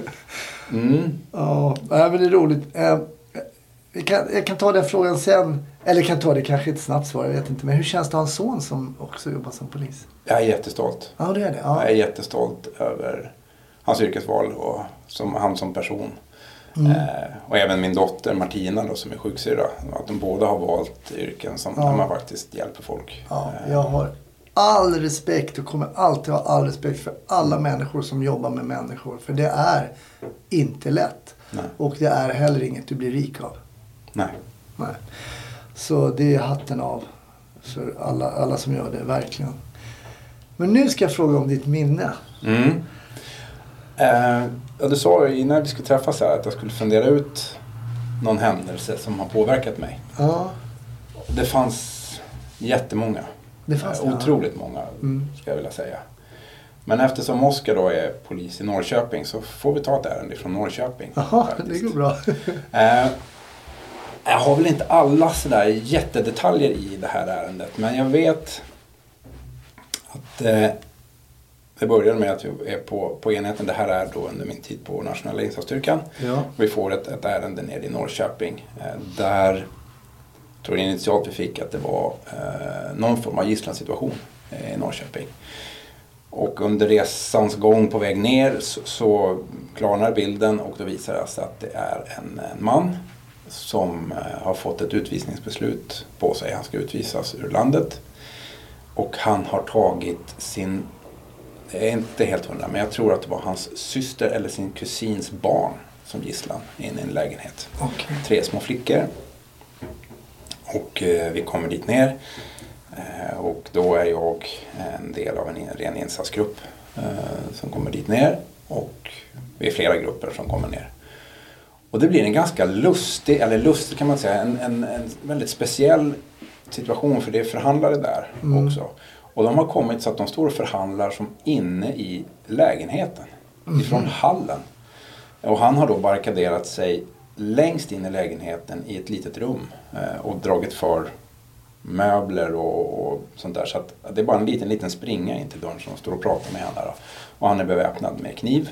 Mm. Ja, nej, men det är roligt. Eh, jag, kan, jag kan ta den frågan sen. Eller kan ta det kanske ett snabbt svar, jag vet inte. Men hur känns det att ha en son som också jobbar som polis? Jag är jättestolt. Ja, det är det. Ja. Jag är jättestolt över hans yrkesval och som, han som person. Mm. Eh, och även min dotter Martina då, som är sjuksyrra. Att de båda har valt yrken som Ja. där man faktiskt hjälper folk. Ja, Eh, jag har all respekt och kommer alltid ha all respekt för alla människor som jobbar med människor. För det är inte lätt. Nej. Och det är heller inget du blir rik av. Nej. Nej. Så det är hatten av för alla, alla som gör det, verkligen. Men nu ska jag fråga om ditt minne. Mm. Eh, ja, du sa ju innan vi skulle träffas här att jag skulle fundera ut någon händelse som har påverkat mig. Ja, Det fanns jättemånga. det fanns Eh, det. Otroligt många, Mm. ska jag vilja säga. Men eftersom Oskar då är polis i Norrköping så får vi ta ett ärende från Norrköping. Jaha, det faktiskt. går bra. Eh, jag har väl inte alla sådär jättedetaljer i det här ärendet. Men jag vet att eh, det började med att vi är på, på enheten. Det här är då under min tid på nationella insatsstyrkan. Ja. Vi får ett, ett ärende nere i Norrköping. Eh, där jag tror initialt vi fick att det var eh, någon form av gisslansituation eh, i Norrköping. Och under resans gång på väg ner så, så klarnar bilden och då visar det sig att det är en, en man som eh, har fått ett utvisningsbeslut på sig. Han ska utvisas ur landet. Och han har tagit sin, det är inte helt hundra, men jag tror att det var hans syster eller sin kusins barn som gisslan in i en lägenhet. Okej. Tre små flickor. Och eh, vi kommer dit ner. Eh, och då är jag en del av en, en ren insatsgrupp eh, som kommer dit ner. Och vi är flera grupper som kommer ner. Och det blir en ganska lustig, eller lustig kan man säga, en, en, en väldigt speciell situation för det är förhandlare där Mm. också. Och de har kommit så att de står och förhandlar som inne i lägenheten. Mm. Ifrån hallen. Och han har då barrikaderat sig längst in i lägenheten i ett litet rum. Eh, och dragit för möbler och, och sånt där. Så att det är bara en liten, liten springa in till dörren som står och pratar med henne. Då. Och han är beväpnad med kniv.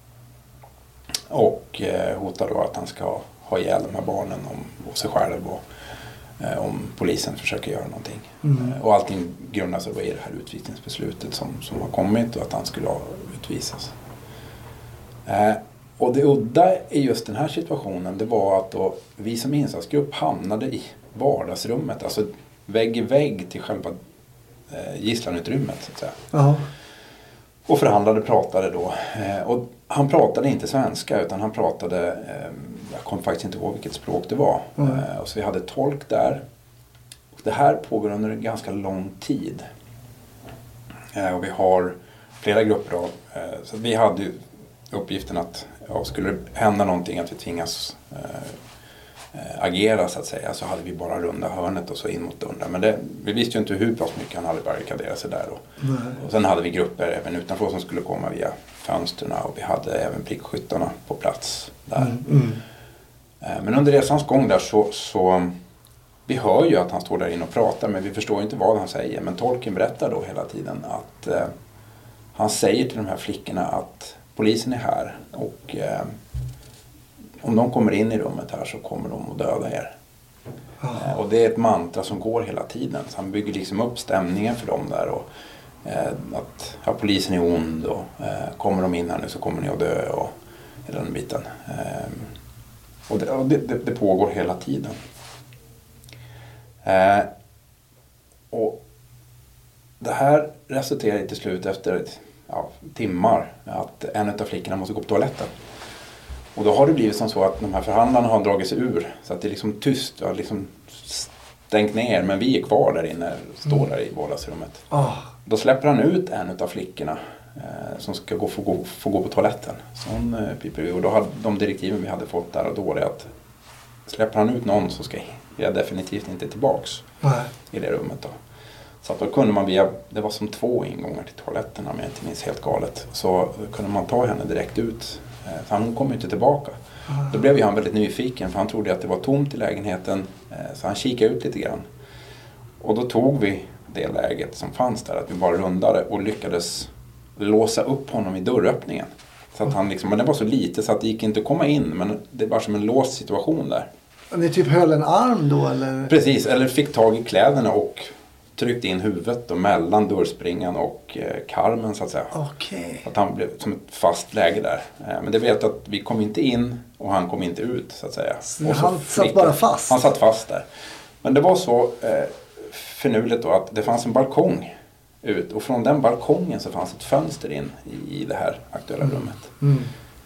Och eh, hotar då att han ska ha ihjäl de här barnen om, och sig själv och eh, om polisen försöker göra någonting. Mm. Eh, och allting grundar sig då i det här utvisningsbeslutet som, som har kommit och att han skulle ha utvisas. Eh, Och det udda i just den här situationen, det var att då vi som insatsgrupp hamnade i vardagsrummet, alltså vägg i vägg till själva eh, gisslanutrymmet så att säga. Ja. Och förhandlade, pratade då. Eh, och han pratade inte svenska utan han pratade, eh, jag kommer faktiskt inte ihåg vilket språk det var. Mm. Eh, och så vi hade tolk där. Och det här pågår under en ganska lång tid. Eh, och vi har flera grupper av, eh, så vi hade ju uppgiften att ja, skulle det hända någonting att vi tvingas eh, agera så att säga, så hade vi bara runda hörnet och så in mot dörren. Men det, vi visste ju inte hur pass mycket han hade barrikaderat sig där. Och, och sen hade vi grupper även utanför som skulle komma via fönstren och vi hade även prickskyttarna på plats där. Mm, mm. Men under resans gång där så, så vi hör ju att han står där inne och pratar men vi förstår inte vad han säger. Men tolken berättar då hela tiden att eh, han säger till de här flickorna att polisen är här och eh, om de kommer in i rummet här så kommer de att döda er. Oh. Eh, och det är ett mantra som går hela tiden. Så han bygger liksom upp stämningen för dem där. Och, eh, att ja, polisen är ond och eh, kommer de in här nu så kommer ni att dö och hela den biten. Eh, och det, och det, det, det pågår hela tiden. Eh, och det här resulterar till slut efter ett, ja, timmar att en av flickorna måste gå på toaletten. Och då har det blivit som så att de här förhandlarna har dragit sig ur. Så att det är liksom tyst och liksom stängt ner. Men vi är kvar där inne, står mm. där i vardagsrummet. Oh. Då släpper han ut en av flickorna eh, som ska gå, få, gå, få gå på toaletten. Så hon eh, piper ur. Och då hade de direktiven vi hade fått där och då är att släpper han ut någon så ska jag definitivt inte tillbaks mm. i det rummet då. Så att då kunde man via, det var som två ingångar till toaletterna om jag inte minns helt galet. Så kunde man ta henne direkt ut. För han kom ju inte tillbaka. Mm. Då blev ju han väldigt nyfiken för han trodde att det var tomt i lägenheten. Så han kikade ut lite grann. Och då tog vi det läget som fanns där. Att vi bara rundade och lyckades låsa upp honom i dörröppningen. Så att han liksom, men det var så lite så att det gick inte att komma in. Men det var som en låst situation där. Ni typ höll en arm då eller? Precis, eller fick tag i kläderna och tryckte in huvudet då, mellan dörrspringan och eh, karmen så att säga. Okay. Att han blev som ett fast läge där. Eh, men det vet att vi kom inte in och han kom inte ut så att säga. Så och så han flickade. Satt bara fast? Han satt fast där. Men det var så eh, finurligt då att det fanns en balkong ut och från den balkongen så fanns ett fönster in i, i det här aktuella mm. rummet. Mm.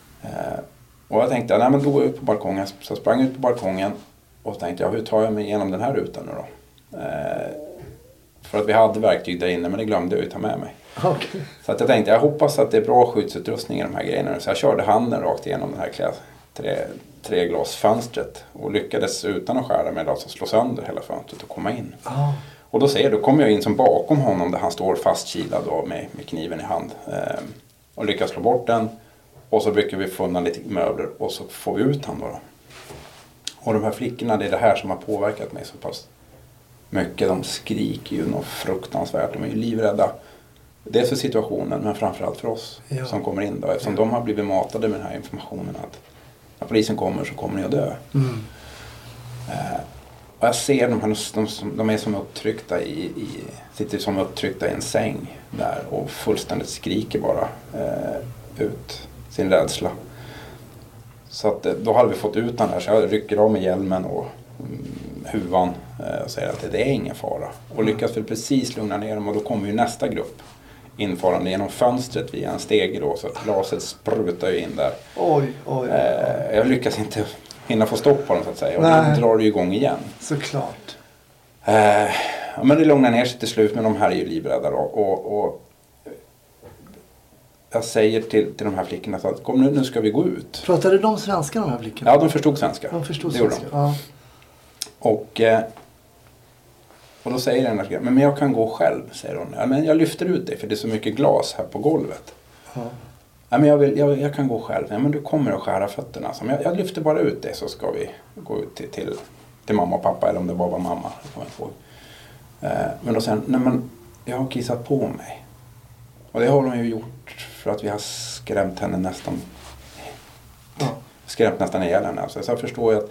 Eh, och jag tänkte, nej men då går jag ut på balkongen. Så jag sprang ut på balkongen och tänkte, ja hur tar jag mig igenom den här rutan nu då? Eh, För att vi hade verktyg där inne men det glömde jag ju ta med mig. Okay. Så att jag tänkte jag hoppas att det är bra skyddsutrustning i de här grejerna. Så jag körde handen rakt igenom den här klä, tre, tre glasfönstret. Och lyckades utan att skära mig alltså slå sönder hela fönstret och komma in. Oh. Och då ser jag, då kommer jag in som bakom honom där han står fastkilad då med, med kniven i hand. Eh, och lyckas slå bort den. Och så brukar vi få undan lite möbler och så får vi ut han då, då. Och de här flickorna, det är det här som har påverkat mig så pass mycket. De skriker ju något fruktansvärt. De är ju livrädda. Dels för situationen men framförallt för oss ja. som kommer in då. Eftersom ja. de har blivit matade med den här informationen att när polisen kommer så kommer ni att dö. Mm. Eh, och jag ser de här, de, de är som upptryckta i, i, sitter som upptryckta i en säng där och fullständigt skriker bara eh, ut sin rädsla. Så att då hade vi fått ut den där så jag rycker av med hjälmen och mm, huvan och säger att det är ingen fara. Och lyckas väl precis lugna ner dem och då kommer ju nästa grupp infarande genom fönstret via en stege då så att glaset sprutar ju in där. Oj, oj, oj. Eh, jag lyckas inte hinna få stopp på dem så att säga och då drar det ju igång igen. Såklart. Eh, men det lugnar ner sig till slut men de här är ju livrädda då och, och jag säger till, till de här flickorna att kom nu, nu ska vi gå ut. Pratade de svenska de här flickorna? Ja, de förstod svenska. De förstod det svenska, ja. Och, och då säger den här, men jag kan gå själv, säger hon. Ja, men jag lyfter ut dig för det är så mycket glas här på golvet. Ja. Ja, men jag, vill, jag, jag kan gå själv. Ja, men du kommer att skära fötterna. Så jag, jag lyfter bara ut dig så ska vi gå ut till, till, till mamma och pappa. Eller om det bara var mamma. Eh, men då säger han, nej men jag har kissat på mig. Och det har de ju gjort för att vi har skrämt henne nästan. Ja. Skrämt nästan ihjäl henne. Alltså. Så jag förstår ju att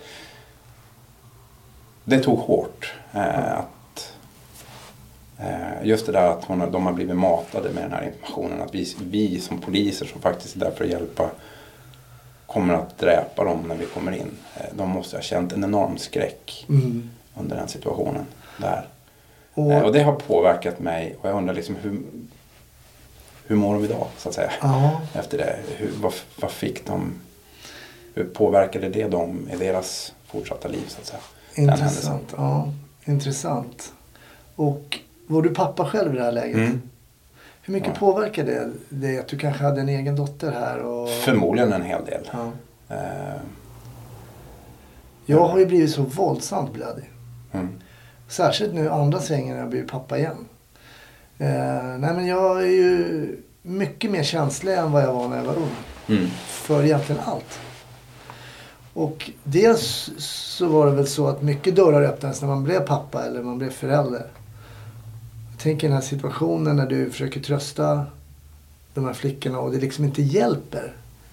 det tog hårt eh, att eh, just det där att hon, de har blivit matade med den här informationen att vi, vi som poliser som faktiskt är där för att hjälpa kommer att dräpa dem när vi kommer in. De måste ha känt en enorm skräck mm. under den situationen där. Och, och det har påverkat mig och jag undrar liksom hur, hur mår de idag så att säga. Ja. Efter det. Hur, vad, vad fick de, hur påverkade det dem i deras fortsatta liv så att säga? Intressant, ja. Intressant. Och var du pappa själv i det här läget? Mm. Hur mycket ja. påverkade det, det att du kanske hade en egen dotter här? Och... Förmodligen en hel del. Ja. Uh, jag har ju blivit så våldsamt blödig. Mm. Särskilt nu andra svängen när jag blir pappa igen. Uh, nej men jag är ju mycket mer känslig än vad jag var när jag var ung. Mm. För egentligen allt. Och dels så var det väl så att mycket dörrar öppnades när man blev pappa eller man blev förälder. Jag tänker den här situationen när du försöker trösta de här flickorna och det liksom inte hjälper.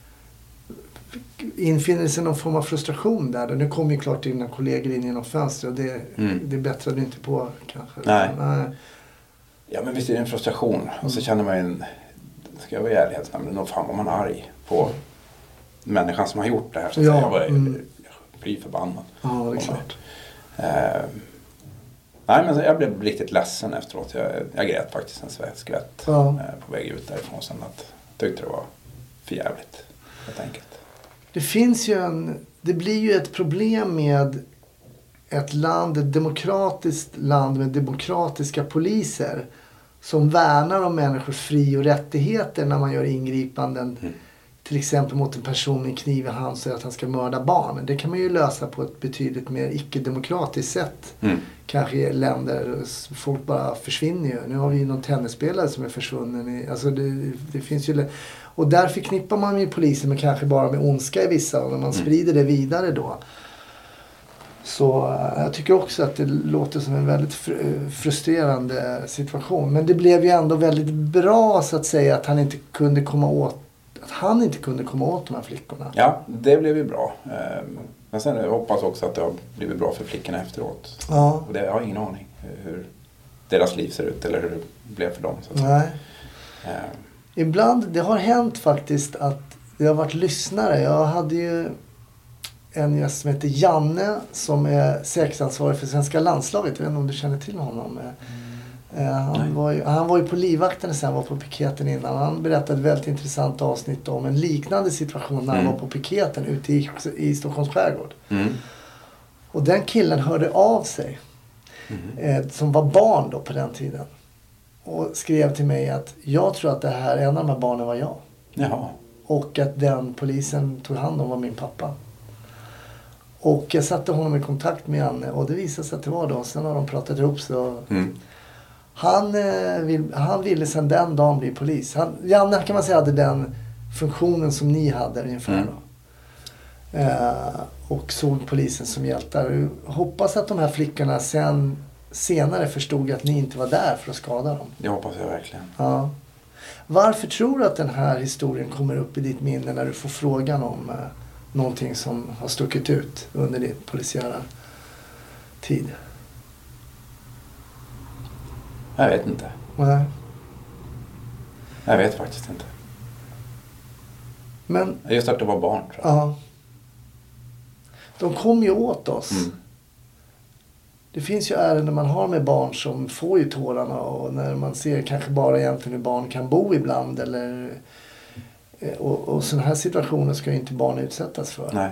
Infinner sig någon form av frustration där. Nu kommer ju klart dina kollegor in genom fönstret och det, mm. det bättrade du inte på kanske. Nej. Nej. Ja men visst är det en frustration. Mm. Och så känner man ju en, ska jag vara ärlig, men nog fan var man arg på människan som har gjort det här. Så ja. Jag var mm. fly förbannad. Ja, det är klart. Eh, nej men jag blev riktigt ledsen efteråt. Jag, jag grät faktiskt en skvätt ja. eh, på väg ut därifrån sen att jag tyckte det var för jävligt helt enkelt. Det finns ju en, det blir ju ett problem med ett land, ett demokratiskt land med demokratiska poliser som värnar om människors fri- och rättigheter när man gör ingripanden. Mm. Till exempel mot en person med kniv i hand så att han ska mörda barn. Det kan man ju lösa på ett betydligt mer icke-demokratiskt sätt. Mm. Kanske i länder folk bara försvinner ju. Nu har vi ju någon tennisspelare som är försvunnen. Alltså det, det finns ju... Och där förknippar man ju polisen med kanske bara med ondska i vissa. Och när man sprider det vidare då. Så jag tycker också att det låter som en väldigt frustrerande situation. Men det blev ju ändå väldigt bra så att säga att han inte kunde komma åt att han inte kunde komma åt de här flickorna. Ja, det blev ju bra. Men sen jag hoppas också att det har blivit bra för flickorna efteråt. Ja. Och det, jag har ingen aning hur deras liv ser ut eller hur det blev för dem. Så att Nej. Uh. Ibland, det har hänt faktiskt att det har varit lyssnare. Jag hade ju en gäst som heter Janne som är säkerhetsansvarig för svenska landslaget. Jag vet inte om du känner till honom. Mm. Uh, han, var ju, han var ju på livvakten sen, var på piketen innan. Han berättade ett väldigt intressant avsnitt om en liknande situation när mm. han var på piketen ute i, i Stockholms skärgård. Mm. Och den killen hörde av sig. Mm. Eh, som var barn då på den tiden. Och skrev till mig att jag tror att det här, en av de här barnen var jag. Jaha. Och att den polisen tog hand om var min pappa. Och jag satte honom i kontakt med Janne och det visade sig att det var då. Sen har de pratat ihop sig och... Mm. Han, eh, vill, han ville sedan den dagen bli polis. Han, Janne kan man säga hade den funktionen som ni hade ungefär mm. då. Eh, och såg polisen som hjältar. Hoppas att de här flickorna sen, senare förstod att ni inte var där för att skada dem. Det hoppas jag verkligen. Ja. Varför tror du att den här historien kommer upp i ditt minne när du får frågan om eh, någonting som har stuckit ut under din polisiära tid? Jag vet inte. Nej. Jag vet faktiskt inte. Men... Just att det var barn, tror jag. Ja. De kom ju åt oss. Mm. Det finns ju ärenden man har med barn som får ju tårarna. Och när man ser kanske bara egentligen hur barn kan bo ibland. Eller, och, och sådana här situationer ska ju inte barn utsättas för. Nej.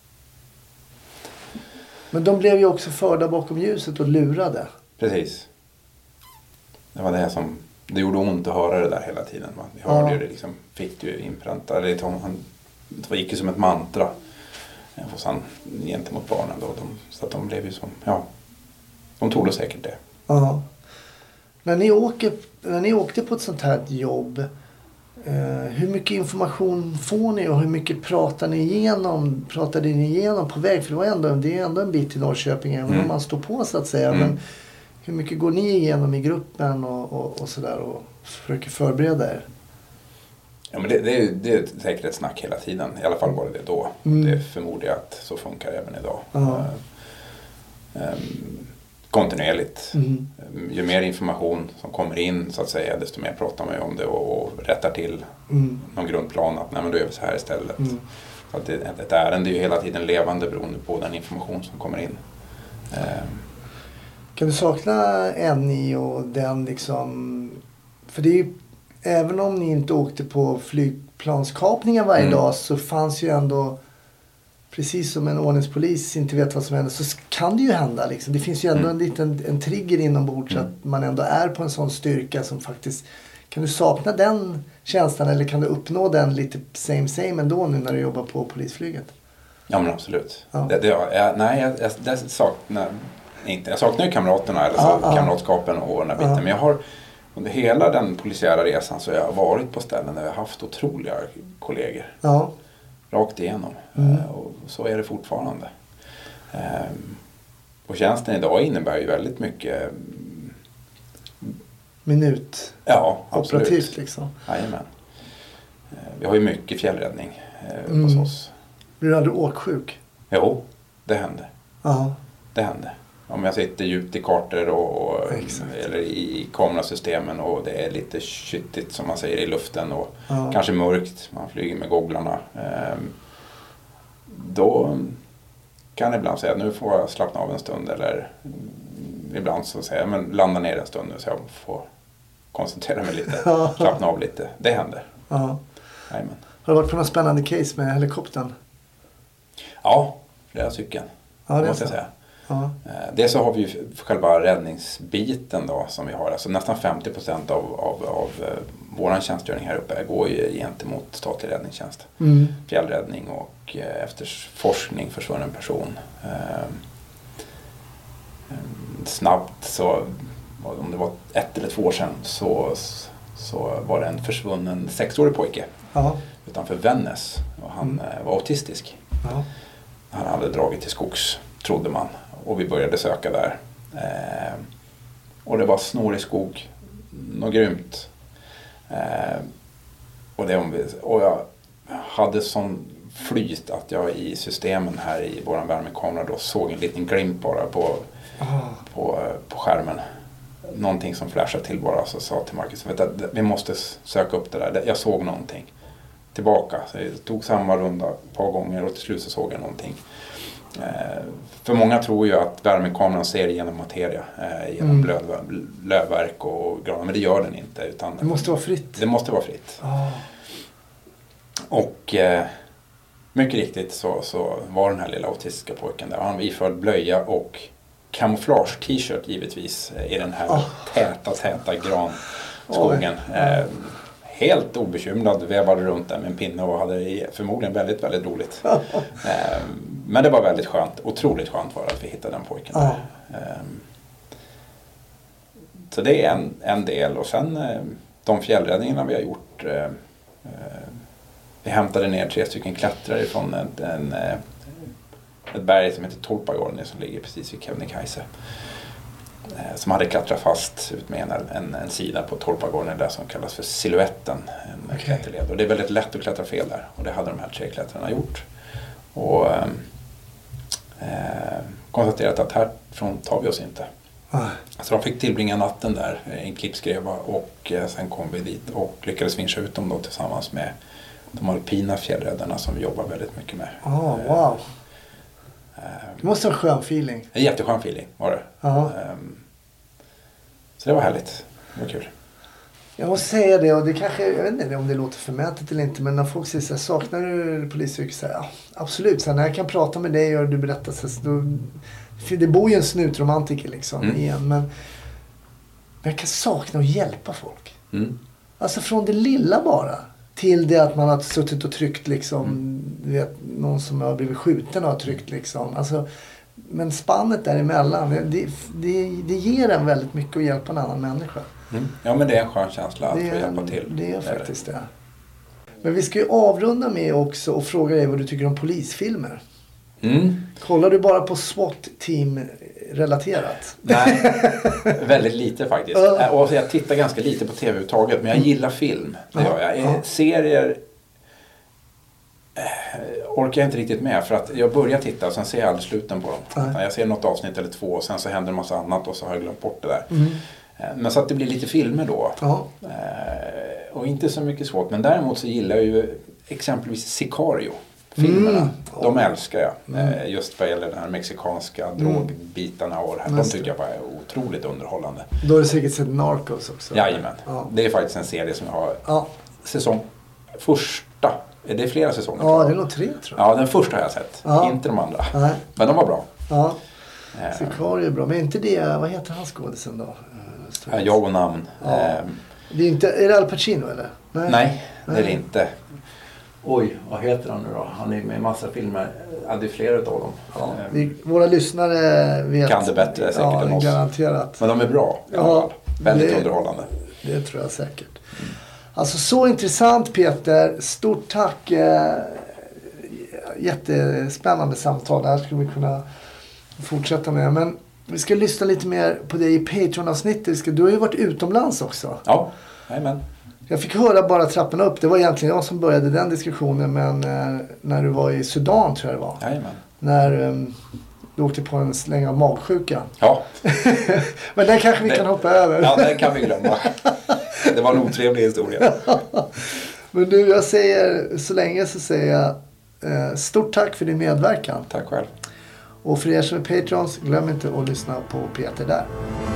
Men de blev ju också förda bakom ljuset och lurade. Precis. Det var det som, det gjorde ont att höra det där hela tiden. Va? Vi hörde ja. ju det liksom, fick det ju inpränta. Det, det gick ju som ett mantra. Hos han gentemot barnen då. De, så att de blev ju som, ja, de tog det säkert det. Ja. När ni, åker, när ni åkte på ett sånt här jobb, eh, hur mycket information får ni och hur mycket pratar ni igenom, pratade ni igenom på väg? För det, var ändå, det är ändå en bit till Norrköping även mm. om man står på så att säga. Mm. Men hur mycket går ni igenom i gruppen och, och, och sådär och försöker förbereda er? Ja, men det, det, är, det är ett säkerhetssnack hela tiden. I alla fall var det det då. Mm. Det förmodar jag att så funkar även idag. Uh, um, kontinuerligt. Mm. Um, ju mer information som kommer in så att säga, desto mer pratar man ju om det och, och rättar till mm. någon grundplan att nej, men då gör vi så här istället. Mm. För att ett, ett ärende är ju hela tiden levande beroende på den information som kommer in. Eh. Kan du sakna N I och den liksom... För det är ju, även om ni inte åkte på flygplanskapningar varje mm. dag så fanns ju ändå, precis som en ordningspolis inte vet vad som händer, så kan det ju hända. Liksom. Det finns ju ändå mm. en liten en trigger inombords mm. så att man ändå är på en sån styrka som faktiskt... Kan du sakna den känslan eller kan du uppnå den lite same same ändå nu när du jobbar på polisflyget? Ja men absolut. Ja. Det, det, jag, nej, jag, jag, det saknar inte. Jag saknar ju kamraterna eller så, ah, kamratskapen och den där biten. Ah. Men jag har under hela den polisiära resan så har jag varit på ställen där jag har haft otroliga kollegor. Ah. Rakt igenom. Mm. Och så är det fortfarande. Och tjänsten idag innebär ju väldigt mycket... Minut. Ja, absolut. Operativt liksom. Jajamän. Vi har ju mycket fjällräddning mm. hos oss. Blir du aldrig åksjuk? Jo, det händer. Ja. Det händer. Om jag sitter djupt i kartor och, och eller i kamerasystemen och det är lite kyttigt som man säger i luften och ja. Kanske mörkt, man flyger med gogglarna. Ehm, då kan jag ibland säga att nu får jag slappna av en stund eller ibland så säger jag men landa ner en stund så jag får koncentrera mig lite, slappna av lite. Det händer. Ja. Amen. Har du varit på något spännande case med helikoptern? Ja, flera stycken. Ja, det måste jag så. säga. Ja. Dels så har vi ju själva räddningsbiten då som vi har. Alltså nästan femtio procent av, av, av vår tjänstgöring här uppe går ju gentemot statlig räddningstjänst. Mm. Fjällräddning och efterforskning försvunnen person. Snabbt så, om det var ett eller två år sedan så, så var det en försvunnen sexårig pojke ja. Utanför Vännäs och han mm. var autistisk. Ja. Han hade dragit till skogs, trodde man, och vi började söka där. Eh, och det var snårig skog, något grymt. Eh, och, det, och jag hade sån flyt att jag i systemen här i våran värmekamera då såg en liten glimt bara på Oh. På, på skärmen. Någonting som flashade till bara så sa till Marcus vet du, vi måste söka upp det där. Jag såg någonting. Tillbaka. Så jag tog samma runda ett par gånger och till slut så såg jag någonting. Eh, för många tror ju att värmekameran ser igenom materia. Eh, genom mm. löv, lövverk och granar. Men det gör den inte. Utan det måste vara fritt. Det måste vara fritt. Oh. Och eh, mycket riktigt så, så var den här lilla autistiska pojken där. Han iförd blöja och kamouflage t-shirt givetvis i den här oh. täta, täta granskogen. Eh, helt obekymrad vävade runt där med en pinne och hade förmodligen väldigt, väldigt roligt. eh, men det var väldigt skönt, otroligt skönt var att vi hittade den pojken. Oh. Eh, så det är en, en del. Och sen eh, de fjällräddningarna vi har gjort. Eh, eh, vi hämtade ner tre stycken klättrare från en, en eh, ett berg som heter Tolpagården som ligger precis vid Kebnekaise. Eh, som hade klättrat fast ut med en, en, en sida på Tolpagården där som kallas för Silhuetten. En okay. klätterled. Och det är väldigt lätt att klättra fel där. Och det hade de här tre klättrarna gjort. Och eh, konstaterat att härifrån tar vi oss inte. Ah. Så de fick tillbringa natten där i en klippskreva och eh, sen kom vi dit och lyckades vincha ut dem då tillsammans med de alpina fjällräddarna som vi jobbar väldigt mycket med. Oh, wow. Det måste vara en skön feeling. En jätteskön feeling var det. Ja. Um, så det var härligt. Det var kul. Jag måste säga det och det kanske, jag vet inte om det låter förmätet eller inte, men när folk säger så här, saknar du polisyrket? Så här, ja, absolut. Så här, när jag kan prata med dig och du berättar så här, då, för det bor ju en snutromantiker liksom mm. igen, men, men jag kan sakna att hjälpa folk. Mm. Alltså från det lilla bara. Till det att man har suttit och tryckt liksom, mm. du vet, någon som har blivit skjuten har tryckt liksom. Alltså, men spannet däremellan, det, det, det ger en väldigt mycket att hjälpa en annan människa. Mm. Ja, men det är en skön känsla att det få är, hjälpa till. Det är faktiskt det. Men vi ska ju avrunda med också och fråga dig vad du tycker om polisfilmer. Mm. Kollar du bara på SWAT-team relaterat? Nej, väldigt lite faktiskt. Uh. Och jag tittar ganska lite på tv överhuvudtaget, men jag gillar film. Det gör jag. Uh. Serier orkar jag inte riktigt med för att jag börjar titta och sen ser jag aldrig sluten på dem. Uh. Jag ser något avsnitt eller två och sen så händer en massa annat och så har jag glömt bort det där. Mm. Men så att det blir lite filmer då. Uh. Och inte så mycket svårt, men däremot så gillar jag ju exempelvis Sicario. filmerna. Mm. De älskar jag. Mm. Eh, just vad gäller den här mexikanska mm. drogbitarna och det här. De tycker jag bara är otroligt underhållande. Då har du säkert sett Narcos också. Jajamän. Ja. Det är faktiskt en serie som jag har ja. säsong första. Är det flera säsonger? Ja, det är nog tre tror jag. Ja, den första har jag sett. Ja. Inte de andra. Nej. Men de var bra. Ja. Eh. Sicario är bra. Men inte det, vad heter hans skådisen då? Ja, jag och namn. Ja. Eh. Det är, inte, är det Al Pacino eller? Nej, Nej, det är det inte. Oj, vad heter han nu då? Han är med i massa filmer. Ja, det är flera av dem. Ja, vi, våra lyssnare vet. Kan det bättre säkert ja, än oss. Garanterat. Men de är bra. Ja, väldigt det, underhållande. Det tror jag säkert. Mm. Alltså så intressant Peter. Stort tack. Eh, jättespännande samtal. Det här skulle vi kunna fortsätta med. Men vi ska lyssna lite mer på dig i Patreon-avsnittet. Du har ju varit utomlands också. Ja, amen. Jag fick höra bara trapporna upp. Det var egentligen jag som började den diskussionen. Men eh, när du var i Sudan tror jag det var. Jajamän. När um, du åkte på en släng av magsjuka. Ja. Men den kanske vi det, kan hoppa över. Ja, den kan vi glömma. Det var en otrevlig historia. Men du, jag säger så länge så säger jag eh, stort tack för din medverkan. Tack själv. Och för er som är Patrons, glöm inte att lyssna på Peter där.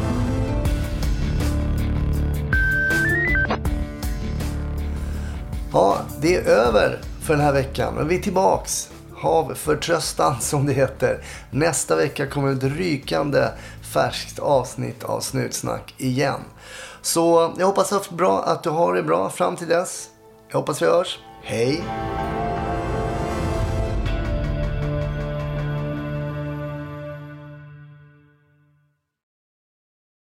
Ja, det är över för den här veckan. Men vi är tillbaks. Hav förtröstan som det heter. Nästa vecka kommer ett rykande färskt avsnitt av Snutsnack igen. Så jag hoppas att, bra, att du har det bra fram till dess. Jag hoppas vi hörs. Hej!